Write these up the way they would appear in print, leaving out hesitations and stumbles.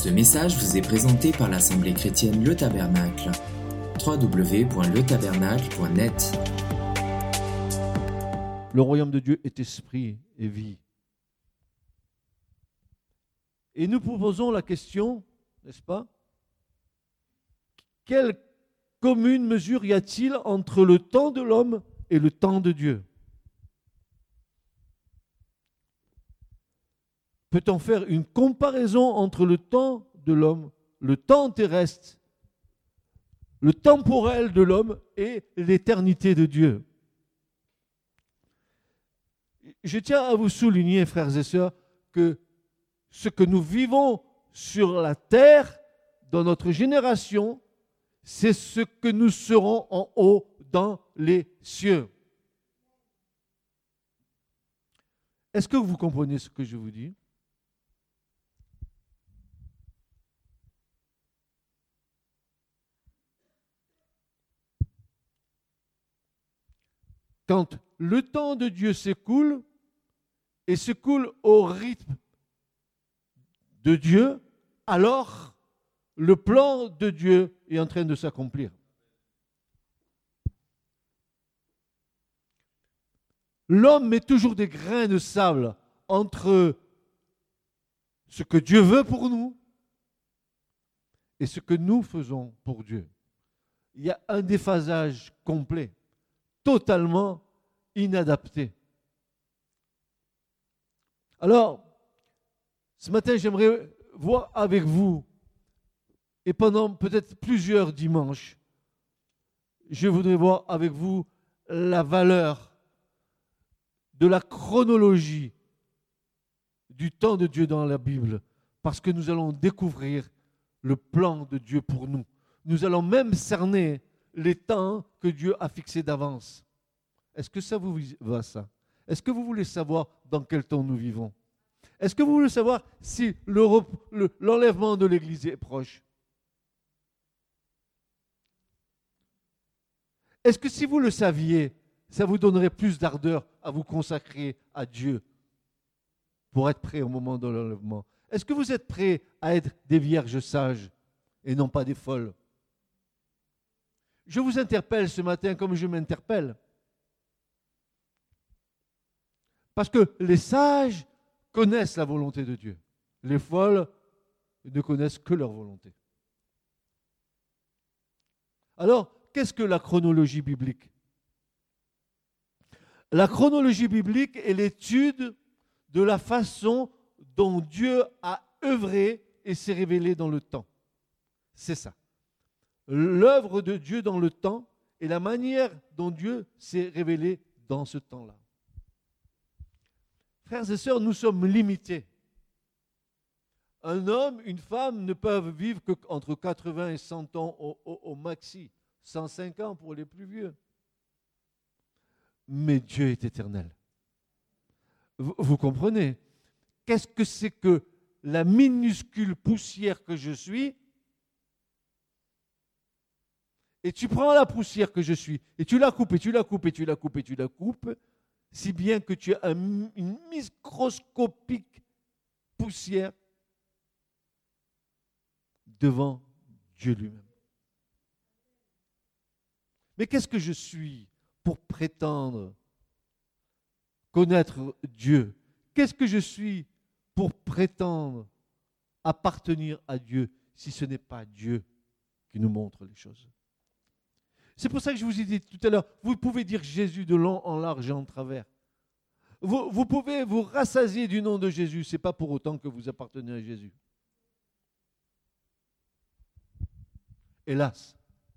Ce message vous est présenté par l'Assemblée chrétienne Le Tabernacle. www.letabernacle.net. Le royaume de Dieu est esprit et vie. Et nous proposons la question, n'est-ce pas? Quelle commune mesure y a-t-il entre le temps de l'homme et le temps de Dieu? Peut-on faire une comparaison entre le temps de l'homme, le temps terrestre, le temporel de l'homme et l'éternité de Dieu? Je tiens à vous souligner, frères et sœurs, que ce que nous vivons sur la terre, dans notre génération, c'est ce que nous serons en haut dans les cieux. Est-ce que vous comprenez ce que je vous dis? Quand le temps de Dieu s'écoule et s'écoule au rythme de Dieu, alors le plan de Dieu est en train de s'accomplir. L'homme met toujours des grains de sable entre ce que Dieu veut pour nous et ce que nous faisons pour Dieu. Il y a un déphasage complet, totalement inadapté. Alors, ce matin, j'aimerais voir avec vous, et pendant peut-être plusieurs dimanches, je voudrais voir avec vous la valeur de la chronologie du temps de Dieu dans la Bible, parce que nous allons découvrir le plan de Dieu pour nous. Nous allons même cerner les temps que Dieu a fixés d'avance. Est-ce que ça vous va, ça? Est-ce que vous voulez savoir dans quel temps nous vivons? Est-ce que vous voulez savoir si l'enlèvement de l'Église est proche? Est-ce que si vous le saviez, ça vous donnerait plus d'ardeur à vous consacrer à Dieu pour être prêt au moment de l'enlèvement? Est-ce que vous êtes prêts à être des vierges sages et non pas des folles? Je vous interpelle ce matin comme je m'interpelle. Parce que les sages connaissent la volonté de Dieu. Les folles ne connaissent que leur volonté. Alors, qu'est-ce que la chronologie biblique? La chronologie biblique est l'étude de la façon dont Dieu a œuvré et s'est révélé dans le temps. C'est ça. L'œuvre de Dieu dans le temps et la manière dont Dieu s'est révélé dans ce temps-là. Frères et sœurs, nous sommes limités. Un homme, une femme ne peuvent vivre qu'entre 80 et 100 ans au maxi. 105 ans pour les plus vieux. Mais Dieu est éternel. Vous comprenez? Qu'est-ce que c'est que la minuscule poussière que je suis? Et tu prends la poussière que je suis, et tu la coupes, et tu la coupes, et tu la coupes, et tu la coupes, si bien que tu as une microscopique poussière devant Dieu lui-même. Mais qu'est-ce que je suis pour prétendre connaître Dieu? Qu'est-ce que je suis pour prétendre appartenir à Dieu si ce n'est pas Dieu qui nous montre les choses? C'est pour ça que je vous ai dit tout à l'heure, vous pouvez dire Jésus de long en large et en travers. Vous pouvez vous rassasier du nom de Jésus, ce n'est pas pour autant que vous appartenez à Jésus. Hélas.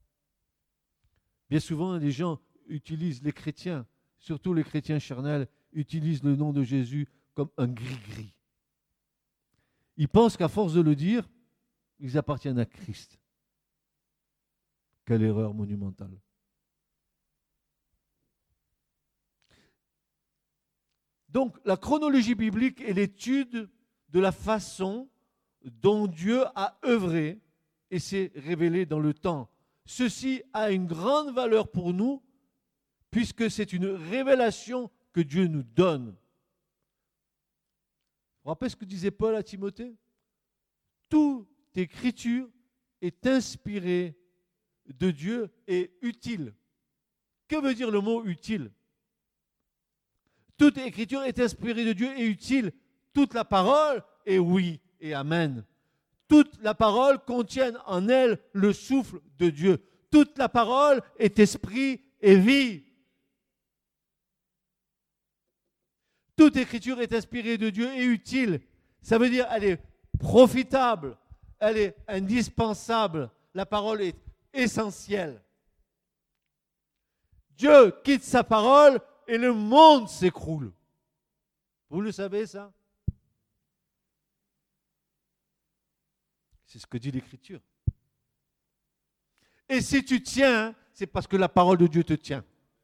Bien souvent, les gens utilisent, les chrétiens, surtout les chrétiens charnels, utilisent le nom de Jésus comme un gris-gris. Ils pensent qu'à force de le dire, ils appartiennent à Christ. Quelle erreur monumentale. Donc, la chronologie biblique est l'étude de la façon dont Dieu a œuvré et s'est révélé dans le temps. Ceci a une grande valeur pour nous, puisque c'est une révélation que Dieu nous donne. Vous vous rappelez ce que disait Paul à Timothée? Tout écriture est inspirée de Dieu et utile. Que veut dire le mot utile? Toute écriture est inspirée de Dieu et utile. Toute la parole est oui et amen. Toute la parole contient en elle le souffle de Dieu. Toute la parole est esprit et vie. Toute écriture est inspirée de Dieu et utile. Ça veut dire elle est profitable, elle est indispensable. La parole est essentielle. Dieu quitte sa parole et le monde s'écroule. Vous le savez ça? C'est ce que dit l'Écriture. Et si tu tiens, c'est parce que la parole de Dieu te tient.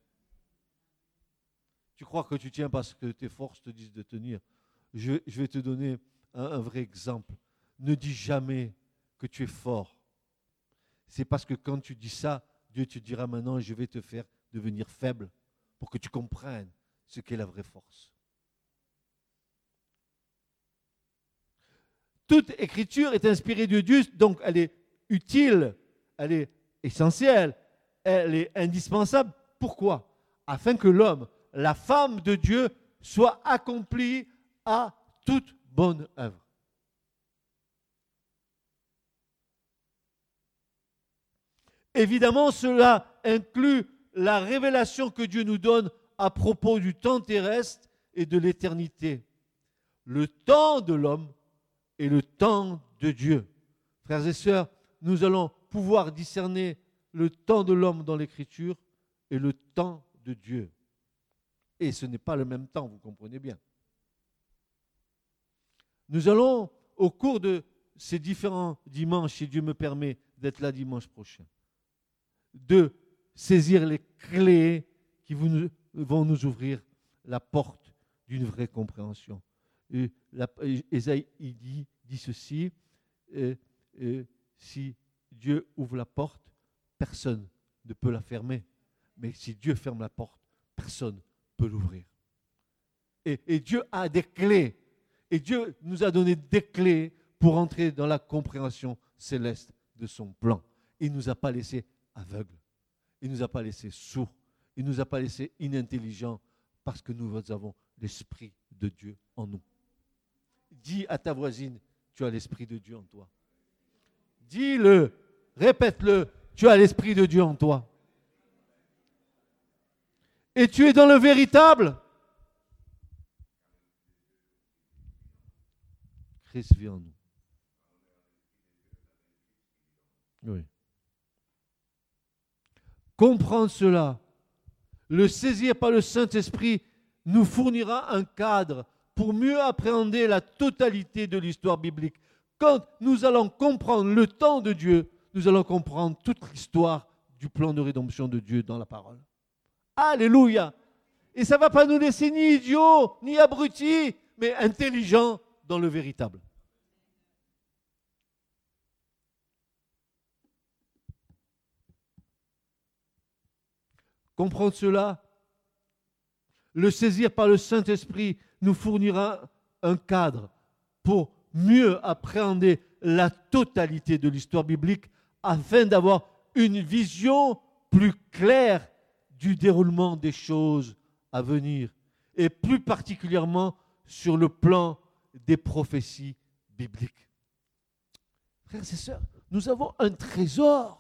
Tu crois que tu tiens parce que tes forces te disent de tenir. Je vais te donner un vrai exemple. Ne dis jamais que tu es fort. C'est parce que quand tu dis ça, Dieu te dira maintenant, je vais te faire devenir faible pour que tu comprennes ce qu'est la vraie force. Toute écriture est inspirée de Dieu, donc elle est utile, elle est essentielle, elle est indispensable. Pourquoi? Afin que l'homme, la femme de Dieu, soit accompli à toute bonne œuvre. Évidemment, cela inclut la révélation que Dieu nous donne à propos du temps terrestre et de l'éternité. Le temps de l'homme et le temps de Dieu. Frères et sœurs, nous allons pouvoir discerner le temps de l'homme dans l'Écriture et le temps de Dieu. Et ce n'est pas le même temps, vous comprenez bien. Nous allons, au cours de ces différents dimanches, si Dieu me permet d'être là dimanche prochain, de saisir les clés qui vont nous ouvrir la porte d'une vraie compréhension. Ésaïe dit ceci, si Dieu ouvre la porte, personne ne peut la fermer. Mais si Dieu ferme la porte, personne ne peut l'ouvrir. Et Dieu a des clés. Et Dieu nous a donné des clés pour entrer dans la compréhension céleste de son plan. Il ne nous a pas laissés aveugles. Il ne nous a pas laissés sourds. Il ne nous a pas laissés inintelligents parce que nous avons l'Esprit de Dieu en nous. Dis à ta voisine, tu as l'Esprit de Dieu en toi. Dis-le, répète-le, tu as l'Esprit de Dieu en toi. Et tu es dans le véritable. Christ vit en nous. Oui. Comprendre cela, le saisir par le Saint-Esprit, nous fournira un cadre pour mieux appréhender la totalité de l'histoire biblique. Quand nous allons comprendre le temps de Dieu, nous allons comprendre toute l'histoire du plan de rédemption de Dieu dans la parole. Alléluia! Et ça ne va pas nous laisser ni idiots, ni abrutis, mais intelligents dans le véritable. Comprendre cela, le saisir par le Saint-Esprit nous fournira un cadre pour mieux appréhender la totalité de l'histoire biblique afin d'avoir une vision plus claire du déroulement des choses à venir et plus particulièrement sur le plan des prophéties bibliques. Frères et sœurs, nous avons un trésor.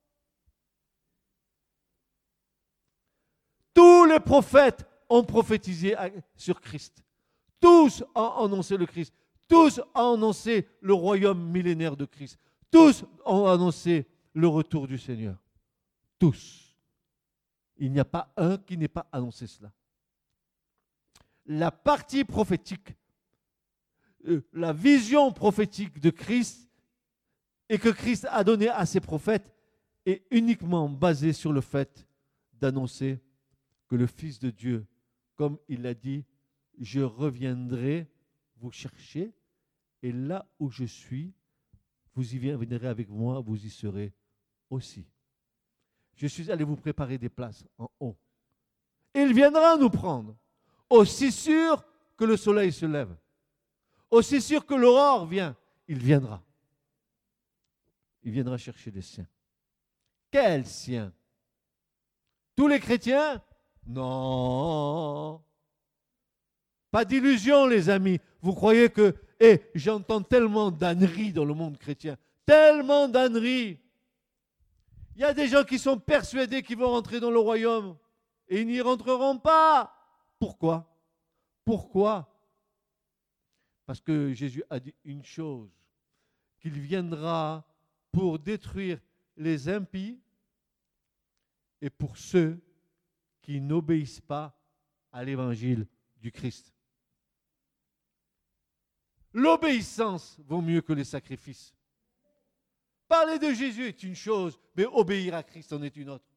Tous les prophètes ont prophétisé sur Christ. Tous ont annoncé le Christ. Tous ont annoncé le royaume millénaire de Christ. Tous ont annoncé le retour du Seigneur. Tous. Il n'y a pas un qui n'ait pas annoncé cela. La partie prophétique, la vision prophétique de Christ et que Christ a donnée à ses prophètes est uniquement basée sur le fait d'annoncer que le Fils de Dieu, comme il l'a dit, je reviendrai vous chercher, et là où je suis, vous y viendrez avec moi, vous y serez aussi. Je suis allé vous préparer des places en haut. Il viendra nous prendre, aussi sûr que le soleil se lève, aussi sûr que l'aurore vient, il viendra. il viendra chercher les siens. Quels siens? Tous les chrétiens? Non. Pas d'illusion, les amis. Vous croyez que... j'entends tellement d'âneries dans le monde chrétien. Tellement d'âneries. Il y a des gens qui sont persuadés qu'ils vont rentrer dans le royaume et ils n'y rentreront pas. Pourquoi? Pourquoi? Parce que Jésus a dit une chose, qu'il viendra pour détruire les impies et pour ceux qui n'obéissent pas à l'évangile du Christ. L'obéissance vaut mieux que les sacrifices. Parler de Jésus est une chose, mais obéir à Christ en est une autre.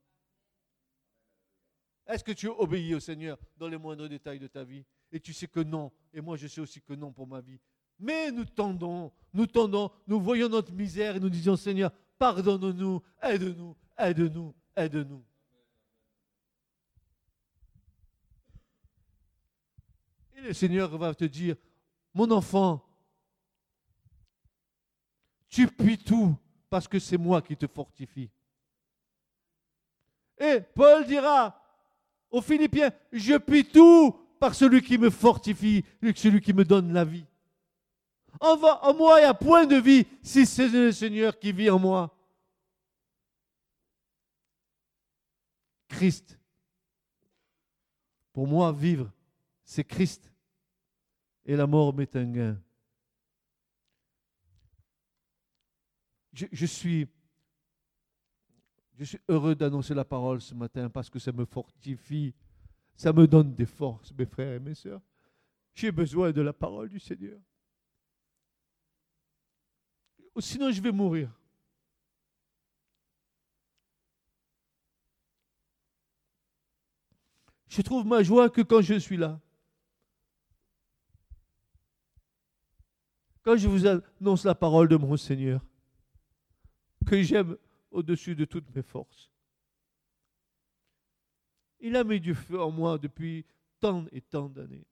Est-ce que tu obéis au Seigneur dans les moindres détails de ta vie? Et tu sais que non, et moi je sais aussi que non pour ma vie. Mais nous tendons, nous voyons notre misère et nous disons, Seigneur, pardonne-nous, aide-nous, aide-nous, aide-nous. Et le Seigneur va te dire, mon enfant, tu puis tout parce que c'est moi qui te fortifie. Et Paul dira aux Philippiens, je puis tout par celui qui me fortifie, celui qui me donne la vie. En moi, il n'y a point de vie si c'est le Seigneur qui vit en moi. Christ. Pour moi, vivre, c'est Christ. Et la mort m'est un gain. Je suis heureux d'annoncer la parole ce matin parce que ça me fortifie, ça me donne des forces, mes frères et mes sœurs. J'ai besoin de la parole du Seigneur. Sinon, je vais mourir. Je trouve ma joie que quand je suis là. Quand je vous annonce la parole de mon Seigneur, que j'aime au-dessus de toutes mes forces. Il a mis du feu en moi depuis tant et tant d'années.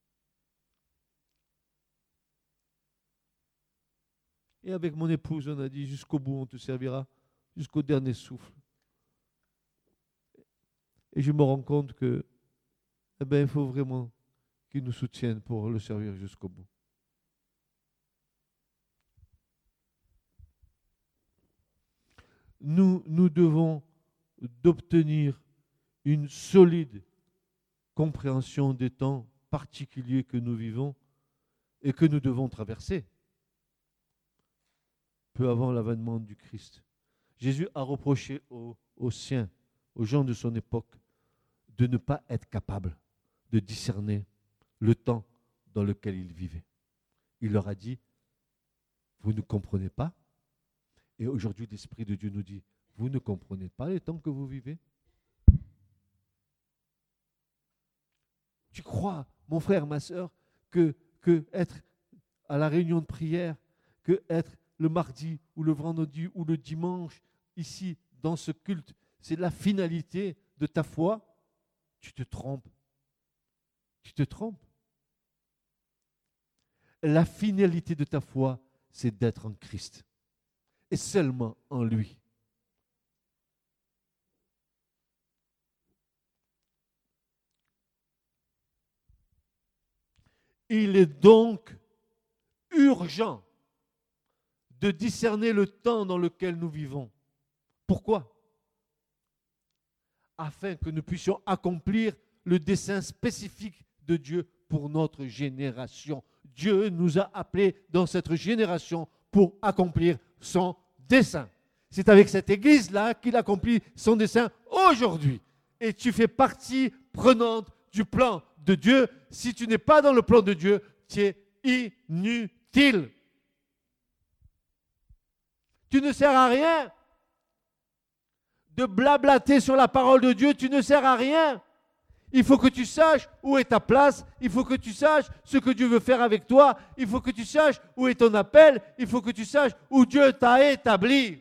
Et avec mon épouse, on a dit, jusqu'au bout, on te servira, jusqu'au dernier souffle. Et je me rends compte que, il faut vraiment qu'il nous soutienne pour le servir jusqu'au bout. Nous devons d'obtenir une solide compréhension des temps particuliers que nous vivons et que nous devons traverser peu avant l'avènement du Christ. Jésus a reproché aux siens, aux gens de son époque, de ne pas être capables de discerner le temps dans lequel ils vivaient. Il leur a dit, vous ne comprenez pas? Et aujourd'hui, l'Esprit de Dieu nous dit, vous ne comprenez pas les temps que vous vivez? Tu crois, mon frère, ma sœur, que être à la réunion de prière, que être le mardi ou le vendredi ou le dimanche, ici, dans ce culte, c'est la finalité de ta foi? Tu te trompes. Tu te trompes. La finalité de ta foi, c'est d'être en Christ. Et seulement en lui. Il est donc urgent de discerner le temps dans lequel nous vivons. Pourquoi? Afin que nous puissions accomplir le dessein spécifique de Dieu pour notre génération. Dieu nous a appelés dans cette génération pour accomplir son dessein. C'est avec cette église-là qu'il accomplit son dessein aujourd'hui. Et tu fais partie prenante du plan de Dieu. Si tu n'es pas dans le plan de Dieu, tu es inutile. Tu ne sers à rien de blablater sur la parole de Dieu. Tu ne sers à rien. Il faut que tu saches où est ta place. Il faut que tu saches ce que Dieu veut faire avec toi. Il faut que tu saches où est ton appel. Il faut que tu saches où Dieu t'a établi.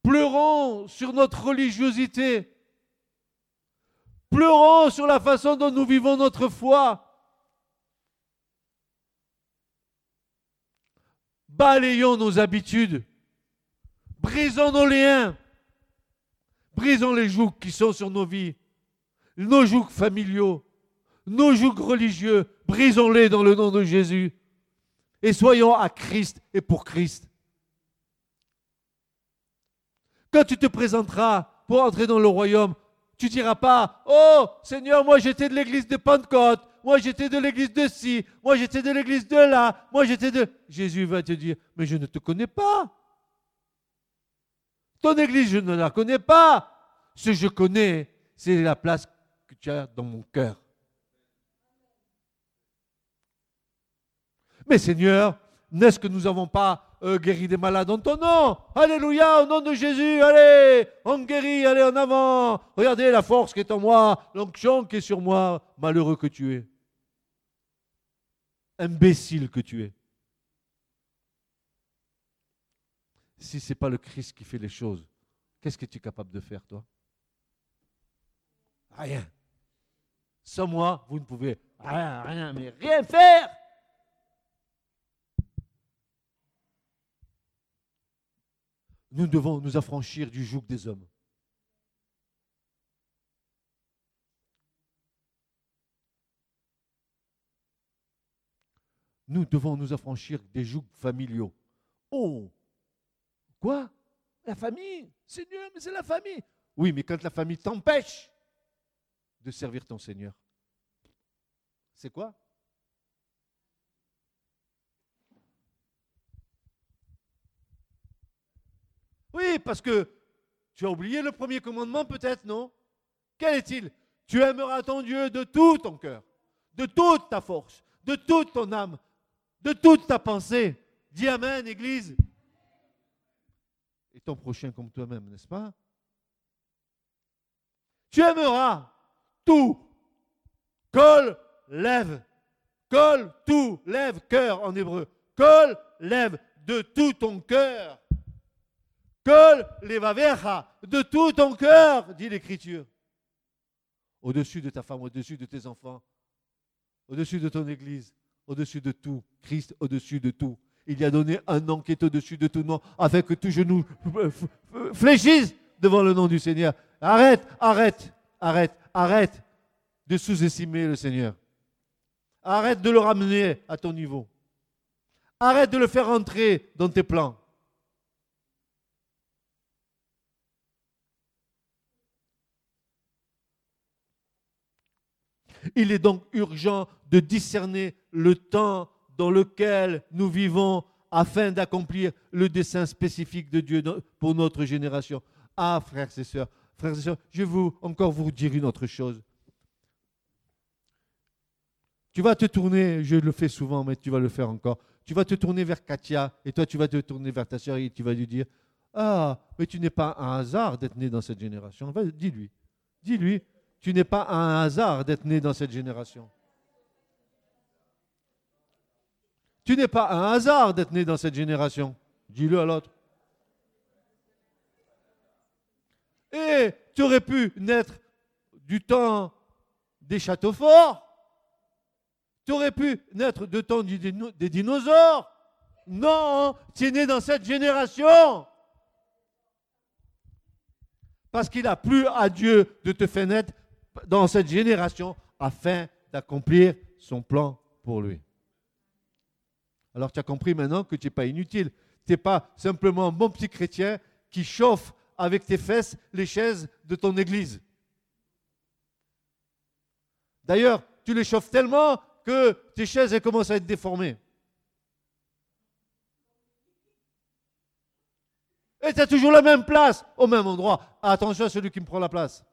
Pleurons sur notre religiosité. Pleurons sur la façon dont nous vivons notre foi. Balayons nos habitudes. Brisons nos liens. Brisons les jougs qui sont sur nos vies. Nos jougs familiaux. Nos jougs religieux. Brisons-les dans le nom de Jésus. Et soyons à Christ et pour Christ. Quand tu te présenteras pour entrer dans le royaume, tu ne diras pas « Oh, Seigneur, moi j'étais de l'église de Pentecôte, moi j'étais de l'église de ci, moi j'étais de l'église de là, moi j'étais de... » Jésus va te dire « Mais je ne te connais pas. Ton église, je ne la connais pas. Ce que je connais, c'est la place que tu as dans mon cœur. » Mais Seigneur, n'est-ce que nous n'avons pas guéri des malades en ton nom? Alléluia, au nom de Jésus, allez, on guérit, allez en avant. Regardez la force qui est en moi, l'onction qui est sur moi. Malheureux que tu es. Imbécile que tu es. Si ce n'est pas le Christ qui fait les choses, qu'est-ce que tu es capable de faire, toi? Rien. Sans moi, vous ne pouvez rien, mais rien faire. Nous devons nous affranchir du joug des hommes. Nous devons nous affranchir des jougs familiaux. Oh, quoi? La famille? Seigneur, mais c'est la famille. Oui, mais quand la famille t'empêche de servir ton Seigneur, c'est quoi? Oui, parce que tu as oublié le premier commandement peut-être, non? Quel est-il? Tu aimeras ton Dieu de tout ton cœur, de toute ta force, de toute ton âme, de toute ta pensée. Dis Amen, Église. Et ton prochain comme toi-même, n'est-ce pas? Tu aimeras tout. Kol, lève. Kol, tout, lève, cœur en hébreu. Kol, lève de tout ton cœur. Kol, levavecha, de tout ton cœur, dit l'Écriture. Au-dessus de ta femme, au-dessus de tes enfants, au-dessus de ton église, au-dessus de tout. Christ au-dessus de tout. Il y a donné un nom qui est au-dessus de tout nom, afin que tout genou fléchisse devant le nom du Seigneur. Arrête de sous-estimer le Seigneur. Arrête de le ramener à ton niveau. Arrête de le faire entrer dans tes plans. Il est donc urgent de discerner le temps dans lequel nous vivons afin d'accomplir le dessein spécifique de Dieu pour notre génération. Ah, frères et sœurs, je vais encore vous dire une autre chose. Tu vas te tourner, je le fais souvent, mais tu vas le faire encore. Tu vas te tourner vers Katia et toi tu vas te tourner vers ta sœur et tu vas lui dire « Ah, mais tu n'es pas un hasard d'être né dans cette génération. » Dis-lui. Tu n'es pas un hasard d'être né dans cette génération. Tu n'es pas un hasard d'être né dans cette génération. Dis-le à l'autre. Et tu aurais pu naître du temps des châteaux forts. Tu aurais pu naître du temps des dinosaures. Non, tu es né dans cette génération. Parce qu'il a plu à Dieu de te faire naître dans cette génération afin d'accomplir son plan pour lui. Alors tu as compris maintenant que tu n'es pas inutile. Tu n'es pas simplement un bon petit chrétien qui chauffe avec tes fesses les chaises de ton église. D'ailleurs, tu les chauffes tellement que tes chaises elles commencent à être déformées. Et tu as toujours la même place, au même endroit. Attention à celui qui me prend la place.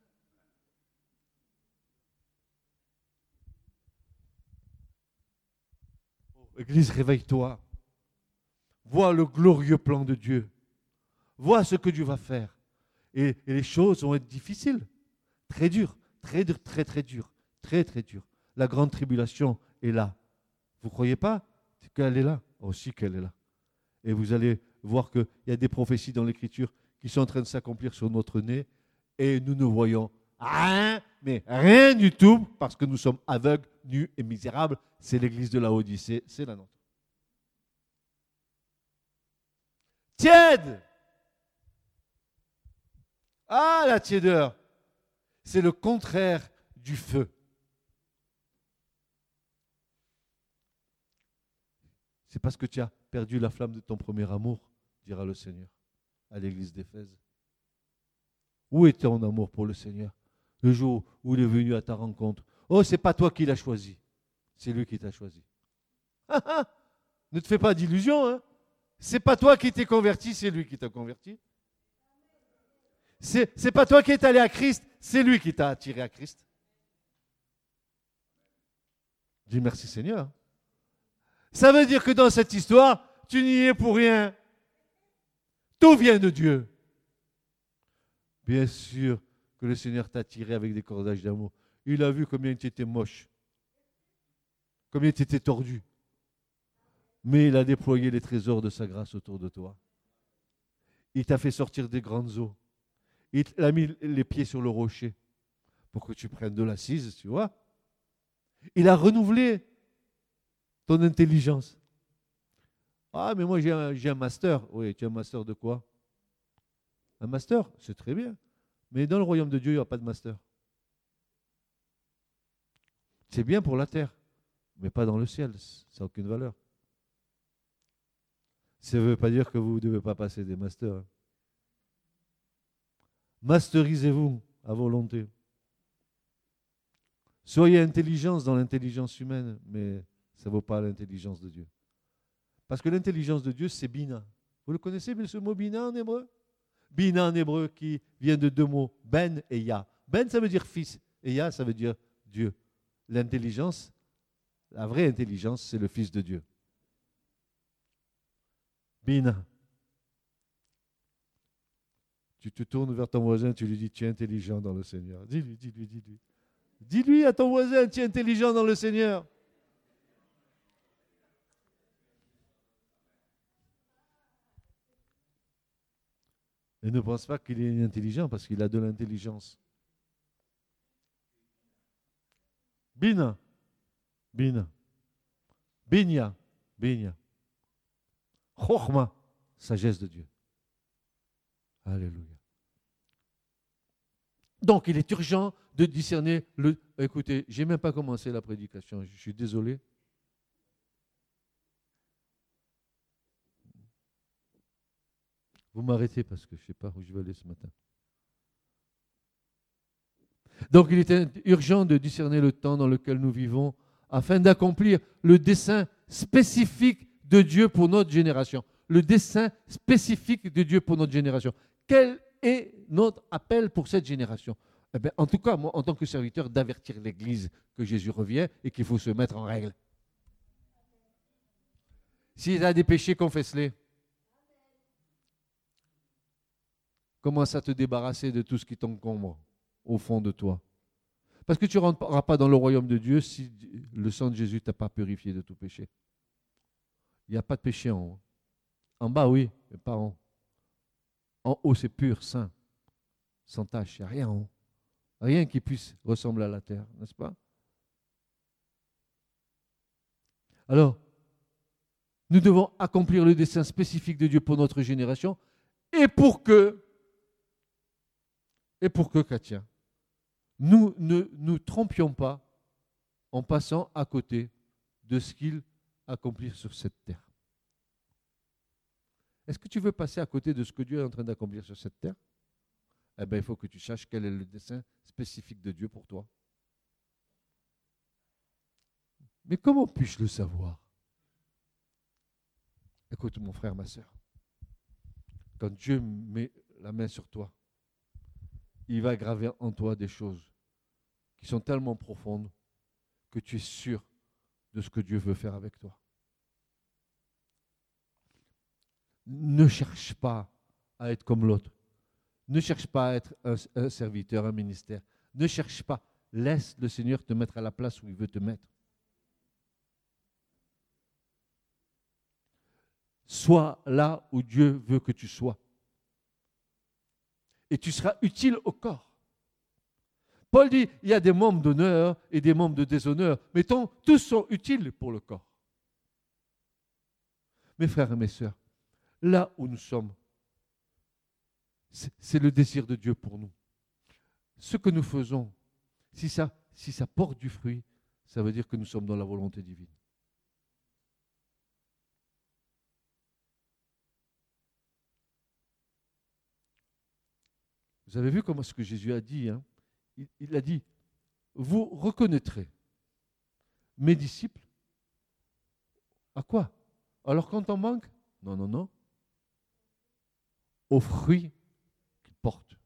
Église, réveille-toi. Vois le glorieux plan de Dieu. Vois ce que Dieu va faire. Et les choses vont être difficiles. Très dures. Très dures. Très, très dures. La grande tribulation est là. Vous ne croyez pas qu'elle est là? Aussi qu'elle est là. Et vous allez voir qu'il y a des prophéties dans l'Écriture qui qui sont en train de s'accomplir sur notre nez et nous ne voyons rien, mais rien du tout, parce que nous sommes aveugles, nus et misérables. C'est l'église de Laodicée, c'est la nôtre. Tiède! Ah, la tiédeur! C'est le contraire du feu. C'est parce que tu as perdu la flamme de ton premier amour, dira le Seigneur à l'église d'Éphèse. Où est ton amour pour le Seigneur? Le jour où il est venu à ta rencontre. Oh, c'est pas toi qui l'as choisi, c'est lui qui t'a choisi. Ne te fais pas d'illusions, hein? C'est pas toi qui t'es converti, c'est lui qui t'a converti. C'est pas toi qui es allé à Christ, c'est lui qui t'a attiré à Christ. Dis merci Seigneur. Ça veut dire que dans cette histoire, tu n'y es pour rien. Tout vient de Dieu. Bien sûr que le Seigneur t'a attiré avec des cordages d'amour. Il a vu combien tu étais moche, combien tu étais tordu. Mais il a déployé les trésors de sa grâce autour de toi. Il t'a fait sortir des grandes eaux. Il a mis les pieds sur le rocher pour que tu prennes de l'assise, tu vois. Il a renouvelé ton intelligence. Ah, mais moi j'ai un master. Oui, tu as un master de quoi? Un master, c'est très bien. Mais dans le royaume de Dieu, il n'y a pas de master. C'est bien pour la terre, mais pas dans le ciel. Ça n'a aucune valeur. Ça ne veut pas dire que vous ne devez pas passer des masters. Masterisez-vous à volonté. Soyez intelligents dans l'intelligence humaine, mais ça ne vaut pas l'intelligence de Dieu. Parce que l'intelligence de Dieu, c'est Bina. Vous le connaissez, ce mot Bina en hébreu? Bina en hébreu qui vient de deux mots, Ben et Ya. Ben, ça veut dire fils, et Ya, ça veut dire Dieu. L'intelligence, la vraie intelligence, c'est le Fils de Dieu. Bina. Tu te tournes vers ton voisin, tu lui dis, tu es intelligent dans le Seigneur. Dis-lui. Dis-lui à ton voisin, tu es intelligent dans le Seigneur. Et ne pense pas qu'il est intelligent parce qu'il a de l'intelligence. Bina. Binya. Chokhma, sagesse de Dieu. Alléluia. Donc, il est urgent de discerner le... Écoutez, je n'ai même pas commencé la prédication, je suis désolé. Vous m'arrêtez parce que je ne sais pas où je vais aller ce matin. Donc, il est urgent de discerner le temps dans lequel nous vivons afin d'accomplir le dessein spécifique de Dieu pour notre génération. Le dessein spécifique de Dieu pour notre génération. Quel est notre appel pour cette génération? Eh bien, en tout cas, moi, en tant que serviteur, d'avertir l'Église que Jésus revient et qu'il faut se mettre en règle. S'il y a des péchés, confesse-les. Commence à te débarrasser de tout ce qui t'encombre au fond de toi. Parce que tu ne rentreras pas dans le royaume de Dieu si le sang de Jésus ne t'a pas purifié de tout péché. Il n'y a pas de péché en haut. En bas, oui, mais pas en haut. En haut, c'est pur, saint, sans tache. Il n'y a rien en haut. Rien qui puisse ressembler à la terre, n'est-ce pas? Alors, nous devons accomplir le dessein spécifique de Dieu pour notre génération et pour que, chrétiens, nous ne nous trompions pas en passant à côté de ce qu'il accomplit sur cette terre. Est-ce que tu veux passer à côté de ce que Dieu est en train d'accomplir sur cette terre? Eh bien, il faut que tu saches quel est le dessein spécifique de Dieu pour toi. Mais comment puis-je le savoir? Écoute, mon frère, ma soeur, quand Dieu met la main sur toi, il va graver en toi des choses qui sont tellement profondes que tu es sûr de ce que Dieu veut faire avec toi. Ne cherche pas à être comme l'autre. Ne cherche pas à être un serviteur, un ministère. Ne cherche pas. Laisse le Seigneur te mettre à la place où il veut te mettre. Sois là où Dieu veut que tu sois. Et tu seras utile au corps. Paul dit, il y a des membres d'honneur et des membres de déshonneur, mais tous sont utiles pour le corps. Mes frères et mes sœurs, là où nous sommes, c'est le désir de Dieu pour nous. Ce que nous faisons, si ça porte du fruit, ça veut dire que nous sommes dans la volonté divine. Vous avez vu comment ce que Jésus a dit, hein? Il a dit, vous reconnaîtrez mes disciples. À quoi? Alors quand on manque? Non. Aux fruits qu'ils portent.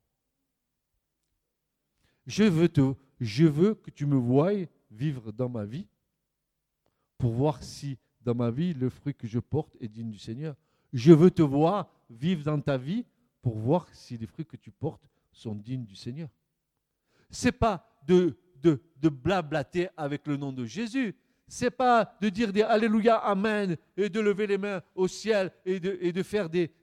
Je veux que tu me voies vivre dans ma vie pour voir si dans ma vie le fruit que je porte est digne du Seigneur. Je veux te voir vivre dans ta vie pour voir si les fruits que tu portes sont dignes du Seigneur. Ce n'est pas de blablater avec le nom de Jésus. Ce n'est pas de dire des Alléluia, Amen, et de lever les mains au ciel et de faire des.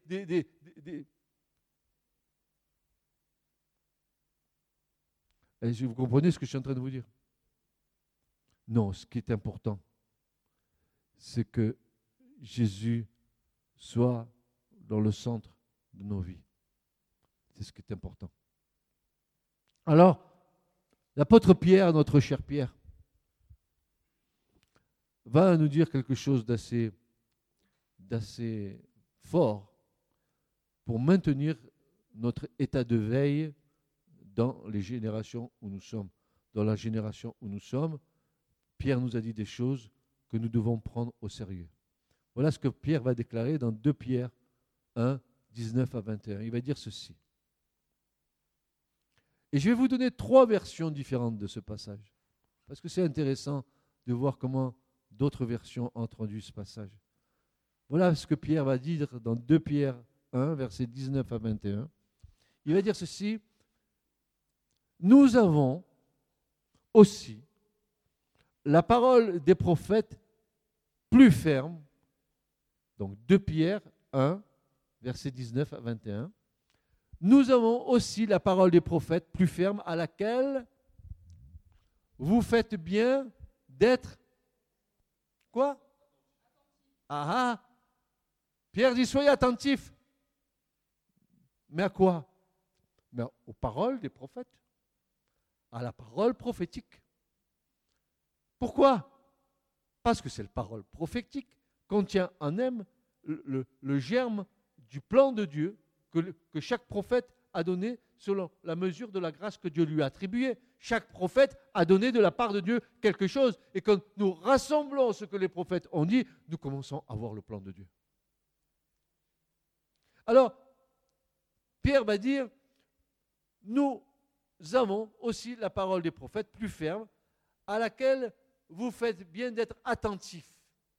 Vous comprenez ce que je suis en train de vous dire? Non, ce qui est important, c'est que Jésus soit dans le centre de nos vies. C'est ce qui est important. Alors, l'apôtre Pierre, notre cher Pierre, va nous dire quelque chose d'assez fort pour maintenir notre état de veille dans les générations où nous sommes. Dans la génération où nous sommes, Pierre nous a dit des choses que nous devons prendre au sérieux. Voilà ce que Pierre va déclarer dans 2 Pierre 1, 19 à 21. Il va dire ceci. Et je vais vous donner 3 versions différentes de ce passage, parce que c'est intéressant de voir comment d'autres versions ont traduit ce passage. Voilà ce que Pierre va dire dans 2 Pierre 1, versets 19 à 21. Il va dire ceci. Nous avons aussi la parole des prophètes plus ferme. Donc 2 Pierre 1, versets 19 à 21. Nous avons aussi la parole des prophètes plus ferme à laquelle vous faites bien d'être quoi? Pierre dit soyez attentifs. Mais à quoi? Mais aux paroles des prophètes, à la parole prophétique. Pourquoi? Parce que cette parole prophétique contient en elle le germe du plan de Dieu que chaque prophète a donné selon la mesure de la grâce que Dieu lui a attribuée. Chaque prophète a donné de la part de Dieu quelque chose. Et quand nous rassemblons ce que les prophètes ont dit, nous commençons à voir le plan de Dieu. Alors, Pierre va dire, nous avons aussi la parole des prophètes plus ferme, à laquelle vous faites bien d'être attentifs.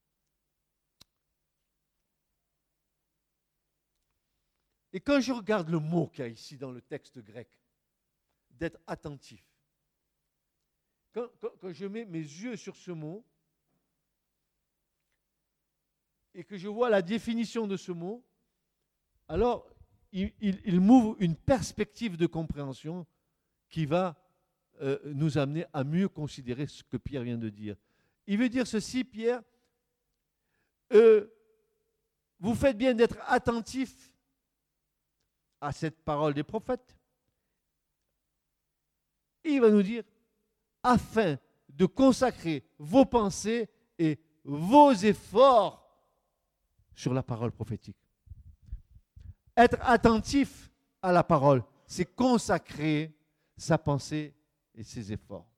Et quand je regarde le mot qu'il y a ici dans le texte grec, d'être attentif, quand je mets mes yeux sur ce mot et que je vois la définition de ce mot, alors il m'ouvre une perspective de compréhension qui va nous amener à mieux considérer ce que Pierre vient de dire. Il veut dire ceci, Pierre, vous faites bien d'être attentif à cette parole des prophètes. Il va nous dire, afin de consacrer vos pensées et vos efforts sur la parole prophétique. Être attentif à la parole, c'est consacrer sa pensée et ses efforts.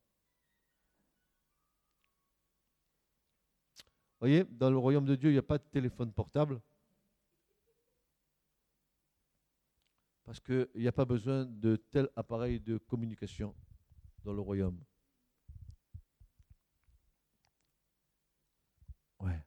Vous voyez, dans le royaume de Dieu, il n'y a pas de téléphone portable. Parce qu'il n'y a pas besoin de tel appareil de communication dans le royaume. Ouais.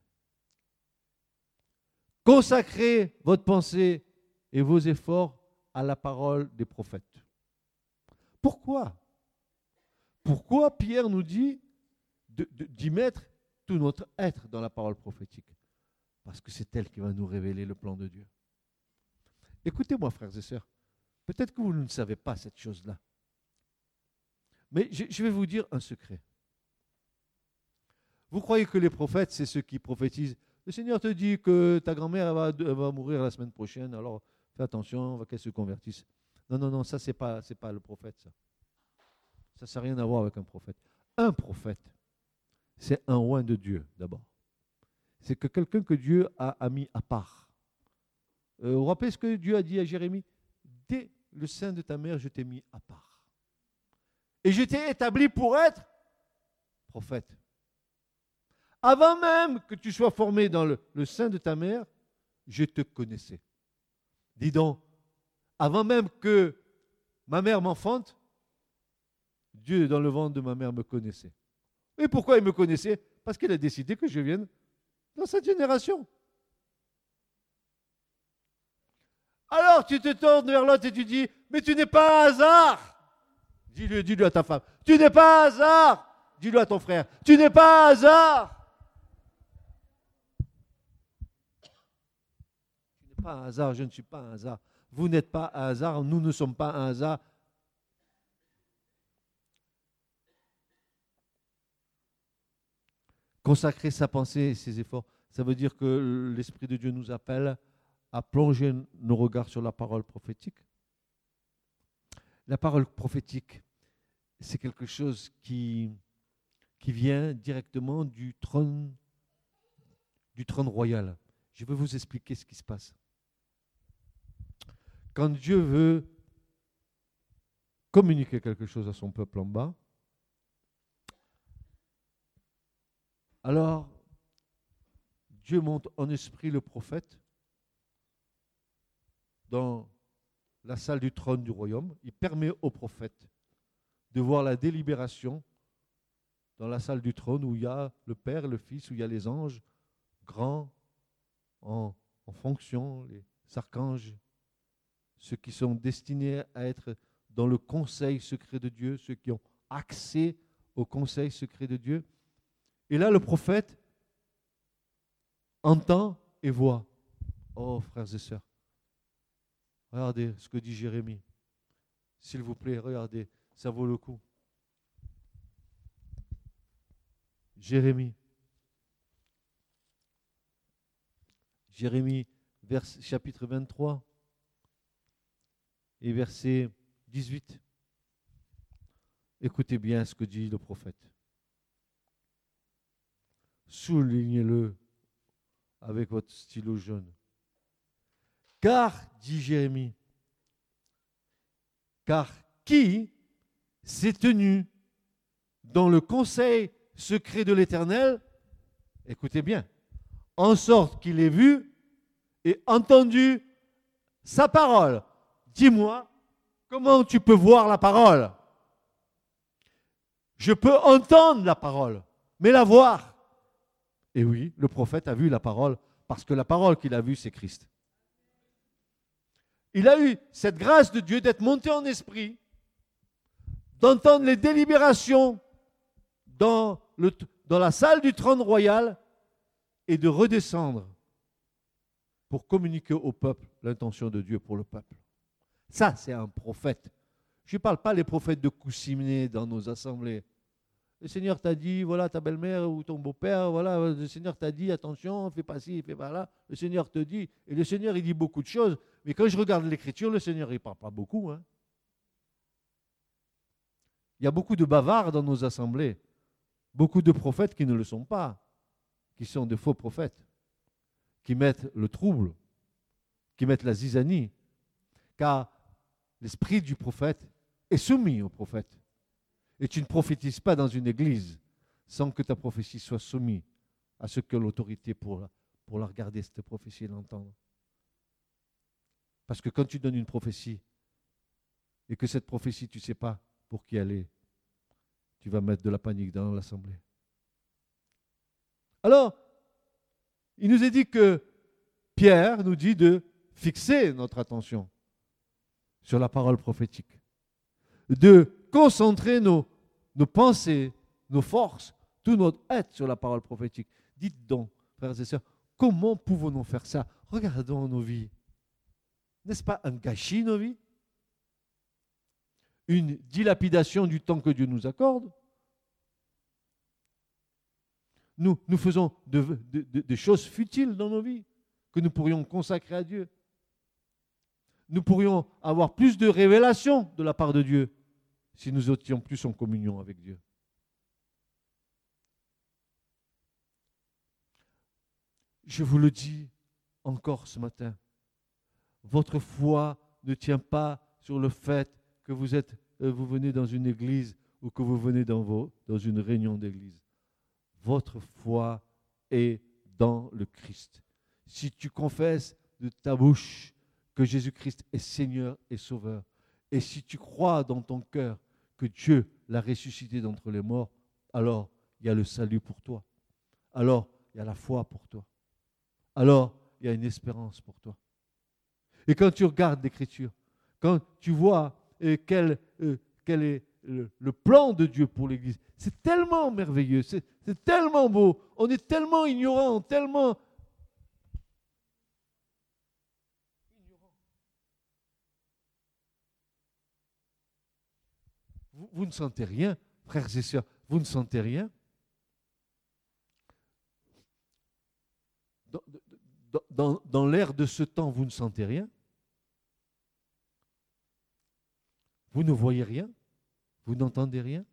Consacrez votre pensée et vos efforts à la parole des prophètes. Pourquoi? Pourquoi Pierre nous dit d'y mettre tout notre être dans la parole prophétique? Parce que c'est elle qui va nous révéler le plan de Dieu. Écoutez-moi, frères et sœurs. Peut-être que vous ne savez pas cette chose-là. Mais je vais vous dire un secret. Vous croyez que les prophètes, c'est ceux qui prophétisent. Le Seigneur te dit que ta grand-mère elle va mourir la semaine prochaine, alors fais attention, qu'elle se convertisse. Non, non, non, ça, c'est pas le prophète, ça. Ça n'a rien à voir avec un prophète. Un prophète, c'est un oint de Dieu, d'abord. C'est que quelqu'un que Dieu a mis à part. Vous vous rappelez ce que Dieu a dit à Jérémie? Dès le sein de ta mère, je t'ai mis à part. Et je t'ai établi pour être prophète. Avant même que tu sois formé dans le sein de ta mère, je te connaissais. Dis donc, avant même que ma mère m'enfante, Dieu dans le ventre de ma mère me connaissait. Et pourquoi il me connaissait? Parce qu'il a décidé que je vienne dans cette génération. Alors tu te tournes vers l'autre et tu dis, mais tu n'es pas un hasard. Dis-le à ta femme. Tu n'es pas un hasard. Dis-le à ton frère. Tu n'es pas un hasard. Tu n'es pas un hasard, je ne suis pas un hasard. Vous n'êtes pas un hasard, nous ne sommes pas un hasard. Consacrer sa pensée et ses efforts, ça veut dire que l'Esprit de Dieu nous appelle à plonger nos regards sur la parole prophétique. La parole prophétique, c'est quelque chose qui vient directement du trône royal. Je vais vous expliquer ce qui se passe. Quand Dieu veut communiquer quelque chose à son peuple en bas, alors Dieu monte en esprit le prophète dans la salle du trône du royaume. Il permet au prophète de voir la délibération dans la salle du trône où il y a le Père, le Fils, où il y a les anges grands en fonction, les archanges, ceux qui sont destinés à être dans le conseil secret de Dieu, ceux qui ont accès au conseil secret de Dieu. Et là, le prophète entend et voit. Oh, frères et sœurs, regardez ce que dit Jérémie. S'il vous plaît, regardez, ça vaut le coup. Jérémie, chapitre 23 et verset 18. Écoutez bien ce que dit le prophète. Soulignez-le avec votre stylo jaune. Car, dit Jérémie, car qui s'est tenu dans le conseil secret de l'Éternel, écoutez bien, en sorte qu'il ait vu et entendu sa parole. Dis-moi, comment tu peux voir la parole? Je peux entendre la parole, mais la voir. Et oui, le prophète a vu la parole, parce que la parole qu'il a vue, c'est Christ. Il a eu cette grâce de Dieu d'être monté en esprit, d'entendre les délibérations dans la salle du trône royal et de redescendre pour communiquer au peuple l'intention de Dieu pour le peuple. Ça, c'est un prophète. Je ne parle pas des prophètes de Coussinet dans nos assemblées. Le Seigneur t'a dit, voilà ta belle-mère ou ton beau-père, voilà, le Seigneur t'a dit, attention, fais pas ci, fais pas là. Le Seigneur te dit, et le Seigneur, il dit beaucoup de choses, mais quand je regarde l'Écriture, le Seigneur, il ne parle pas beaucoup. Hein. Il y a beaucoup de bavards dans nos assemblées, beaucoup de prophètes qui ne le sont pas, qui sont de faux prophètes, qui mettent le trouble, qui mettent la zizanie, car l'esprit du prophète est soumis au prophète. Et tu ne prophétises pas dans une église sans que ta prophétie soit soumise à ce que l'autorité pour la regarder, cette prophétie, et l'entendre. Parce que quand tu donnes une prophétie et que cette prophétie, tu ne sais pas pour qui elle est, tu vas mettre de la panique dans l'assemblée. Alors, il nous est dit que Pierre nous dit de fixer notre attention sur la parole prophétique, de concentrer nos pensées, nos forces, tout notre être sur la parole prophétique. Dites donc, frères et sœurs, comment pouvons-nous faire ça? Regardons nos vies. N'est-ce pas un gâchis, nos vies? une dilapidation du temps que Dieu nous accorde. Nous faisons des choses futiles dans nos vies que nous pourrions consacrer à Dieu. Nous pourrions avoir plus de révélations de la part de Dieu si nous étions plus en communion avec Dieu. Je vous le dis encore ce matin, votre foi ne tient pas sur le fait que vous venez dans une église ou que vous venez dans une réunion d'église. Votre foi est dans le Christ. Si tu confesses de ta bouche que Jésus-Christ est Seigneur et Sauveur, et si tu crois dans ton cœur que Dieu l'a ressuscité d'entre les morts, alors il y a le salut pour toi. Alors il y a la foi pour toi. Alors il y a une espérance pour toi. Et quand tu regardes l'Écriture, quand tu vois quel est le plan de Dieu pour l'Église, c'est tellement merveilleux, c'est tellement beau, on est tellement ignorant, tellement ignorant. Vous ne sentez rien, frères et sœurs, vous ne sentez rien. Dans l'air de ce temps, vous ne sentez rien. Vous ne voyez rien. Vous n'entendez rien.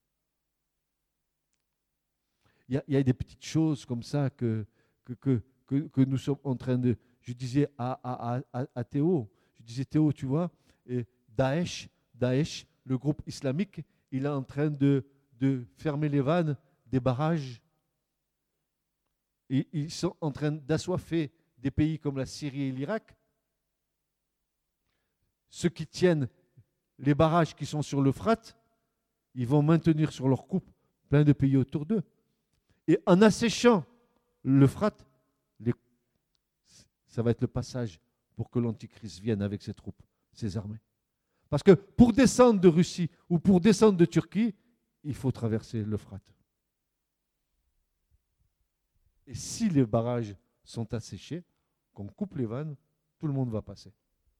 Il y a des petites choses comme ça que nous sommes en train de... Je disais à Théo, Théo, tu vois, Daesh, le groupe islamique, il est en train de fermer les vannes des barrages. Et ils sont en train d'assoiffer des pays comme la Syrie et l'Irak. Ceux qui tiennent les barrages qui sont sur l'Euphrate, ils vont maintenir sur leur coupe plein de pays autour d'eux. Et en asséchant l'Euphrate, ça va être le passage pour que l'Antichrist vienne avec ses troupes, ses armées. Parce que pour descendre de Russie ou pour descendre de Turquie, il faut traverser l'Euphrate. Et si les barrages sont asséchés, qu'on coupe les vannes, tout le monde va passer.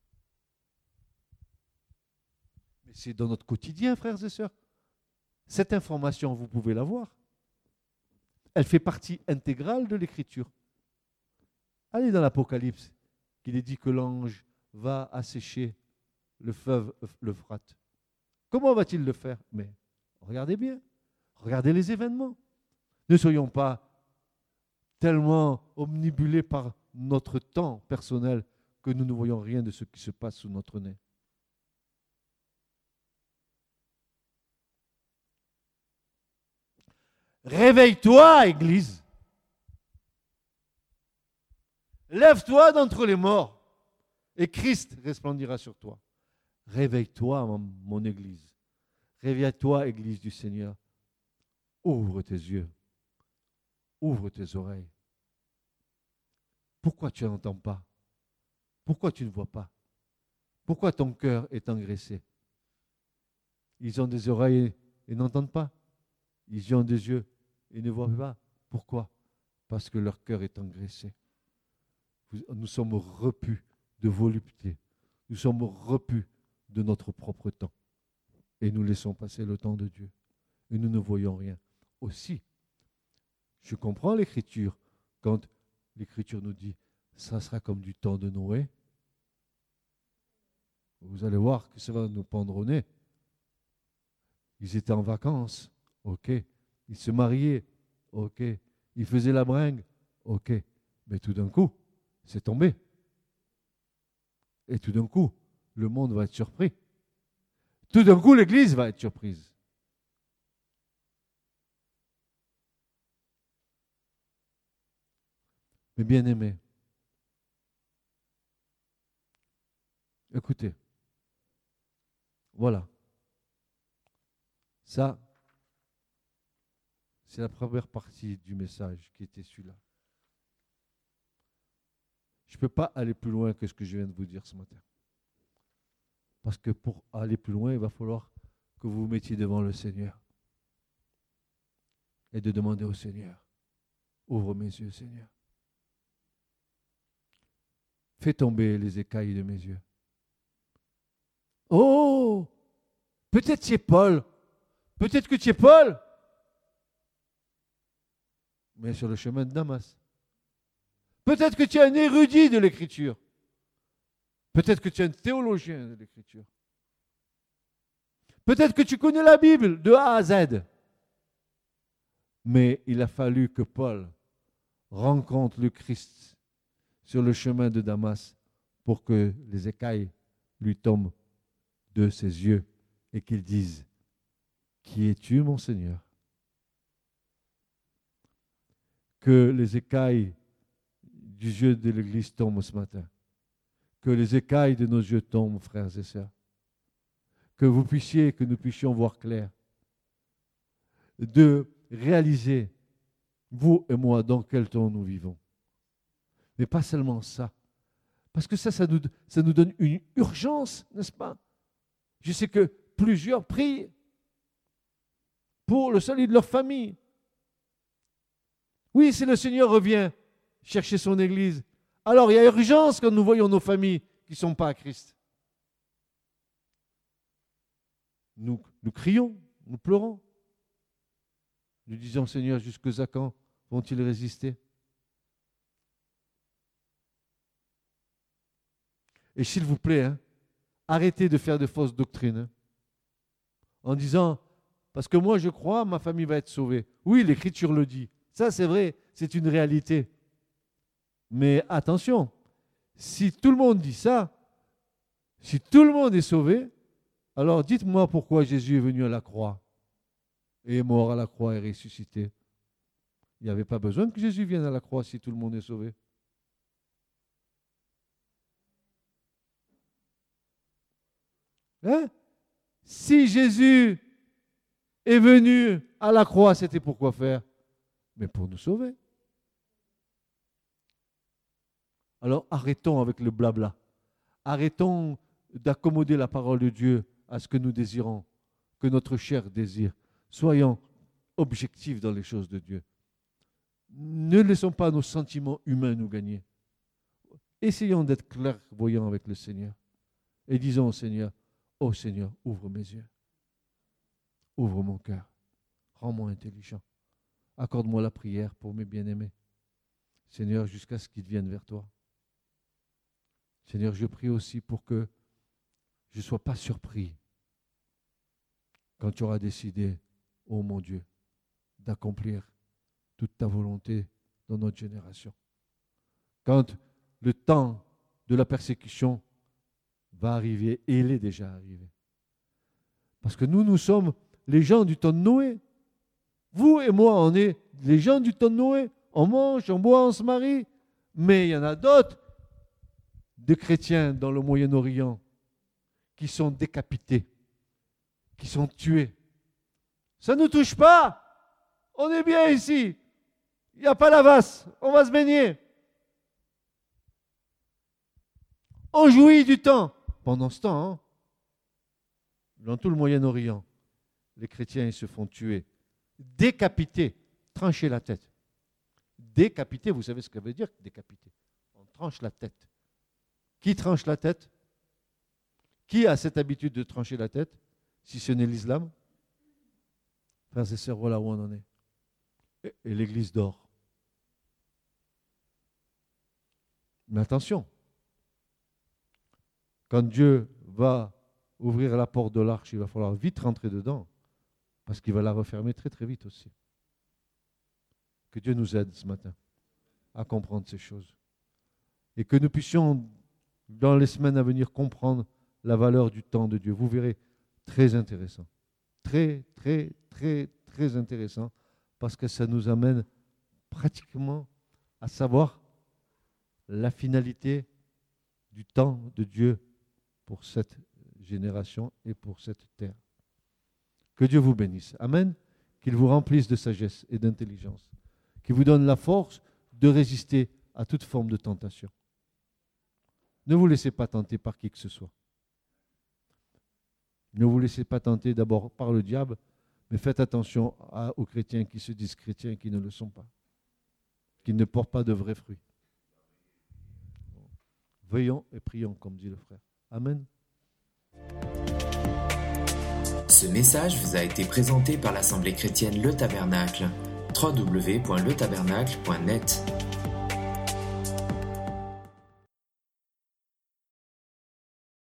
Mais c'est dans notre quotidien, frères et sœurs. Cette information, vous pouvez la voir. Elle fait partie intégrale de l'Écriture. Allez dans l'Apocalypse, qu'il est dit que l'ange va assécher le fleuve l'Euphrate. Comment va-t-il le faire? Mais regardez bien, regardez les événements. Ne soyons pas tellement omnibulés par notre temps personnel que nous ne voyons rien de ce qui se passe sous notre nez. Réveille-toi, Église. Lève-toi d'entre les morts et Christ resplendira sur toi. Réveille-toi, mon Église. Réveille-toi, Église du Seigneur. Ouvre tes yeux. Ouvre tes oreilles. Pourquoi tu n'entends pas? Pourquoi tu ne vois pas? Pourquoi ton cœur est engraissé? Ils ont des oreilles et n'entendent pas. Ils ont des yeux et ne voient pas. Pourquoi? Parce que leur cœur est engraissé. Nous sommes repus de volupté. Nous sommes repus de notre propre temps. Et nous laissons passer le temps de Dieu. Et nous ne voyons rien. Aussi, je comprends l'Écriture quand l'Écriture nous dit ça sera comme du temps de Noé. Vous allez voir que ça va nous pendre au nez. Ils étaient en vacances, ok. Ils se mariaient, ok. Ils faisaient la bringue, ok. Mais tout d'un coup, c'est tombé. Et tout d'un coup, le monde va être surpris. Tout d'un coup, l'Église va être surprise. Mais bien aimés, écoutez, voilà. Ça, c'est la première partie du message qui était celui-là. Je ne peux pas aller plus loin que ce que je viens de vous dire ce matin. Parce que pour aller plus loin, il va falloir que vous vous mettiez devant le Seigneur et de demander au Seigneur, ouvre mes yeux, Seigneur. Fais tomber les écailles de mes yeux. Oh! Peut-être tu es Paul. Peut-être que tu es Paul. Mais sur le chemin de Damas. Peut-être que tu es un érudit de l'Écriture. Peut-être que tu es un théologien de l'Écriture. Peut-être que tu connais la Bible de A à Z. Mais il a fallu que Paul rencontre le Christ sur le chemin de Damas pour que les écailles lui tombent de ses yeux et qu'il dise « Qui es-tu, mon Seigneur ?» Que les écailles du yeux de l'Église tombent ce matin. Que les écailles de nos yeux tombent, frères et sœurs. Que nous puissions voir clair. De réaliser, vous et moi, dans quel temps nous vivons. Mais pas seulement ça. Parce que ça nous donne une urgence, n'est-ce pas? Je sais que plusieurs prient pour le salut de leur famille. Oui, si le Seigneur revient chercher son Église, alors il y a urgence quand nous voyons nos familles qui ne sont pas à Christ. Nous crions, nous pleurons. Nous disons, Seigneur, jusqu'à quand vont-ils résister? Et s'il vous plaît, arrêtez de faire de fausses doctrines. En disant, parce que moi je crois, ma famille va être sauvée. Oui, l'Écriture le dit. Ça, c'est vrai, c'est une réalité. Mais attention, si tout le monde dit ça, si tout le monde est sauvé, alors dites-moi pourquoi Jésus est venu à la croix et est mort à la croix et ressuscité. Il n'y avait pas besoin que Jésus vienne à la croix si tout le monde est sauvé. Si Jésus est venu à la croix, c'était pour quoi faire? Mais pour nous sauver. Alors arrêtons avec le blabla. Arrêtons d'accommoder la parole de Dieu à ce que nous désirons, que notre chair désire. Soyons objectifs dans les choses de Dieu. Ne laissons pas nos sentiments humains nous gagner. Essayons d'être clairvoyants avec le Seigneur. Et disons au Seigneur, ô Seigneur, ouvre mes yeux. Ouvre mon cœur. Rends-moi intelligent. Accorde-moi la prière pour mes bien-aimés. Seigneur, jusqu'à ce qu'ils viennent vers toi. Seigneur, je prie aussi pour que je ne sois pas surpris quand tu auras décidé, ô mon Dieu, d'accomplir toute ta volonté dans notre génération. Quand le temps de la persécution va arriver, et il est déjà arrivé. Parce que nous sommes les gens du temps de Noé. Vous et moi, on est les gens du temps de Noé. On mange, on boit, on se marie. Mais il y en a d'autres, de chrétiens dans le Moyen-Orient, qui sont décapités, qui sont tués. Ça ne nous touche pas. On est bien ici. Il n'y a pas la vasse. On va se baigner. On jouit du temps. Pendant ce temps, dans tout le Moyen-Orient, les chrétiens ils se font tuer, décapités, trancher la tête. Décapité, vous savez ce que ça veut dire décapité? On tranche la tête. Qui tranche la tête? Qui a cette habitude de trancher la tête, si ce n'est l'islam? Frères et sœurs, voilà où on en est. Et l'Église dort. Mais attention, quand Dieu va ouvrir la porte de l'arche, il va falloir vite rentrer dedans, parce qu'il va la refermer très très vite aussi. Que Dieu nous aide ce matin à comprendre ces choses. Et que nous puissions, dans les semaines à venir, comprendre la valeur du temps de Dieu. Vous verrez, très intéressant. Très, très, très, très intéressant, parce que ça nous amène pratiquement à savoir la finalité du temps de Dieu pour cette génération et pour cette terre. Que Dieu vous bénisse. Amen. Qu'il vous remplisse de sagesse et d'intelligence. Qu'il vous donne la force de résister à toute forme de tentation. Ne vous laissez pas tenter par qui que ce soit. Ne vous laissez pas tenter d'abord par le diable, mais faites attention aux chrétiens qui se disent chrétiens et qui ne le sont pas, qui ne portent pas de vrais fruits. Veillons et prions, comme dit le frère. Amen. Ce message vous a été présenté par l'Assemblée chrétienne Le Tabernacle. www.letabernacle.net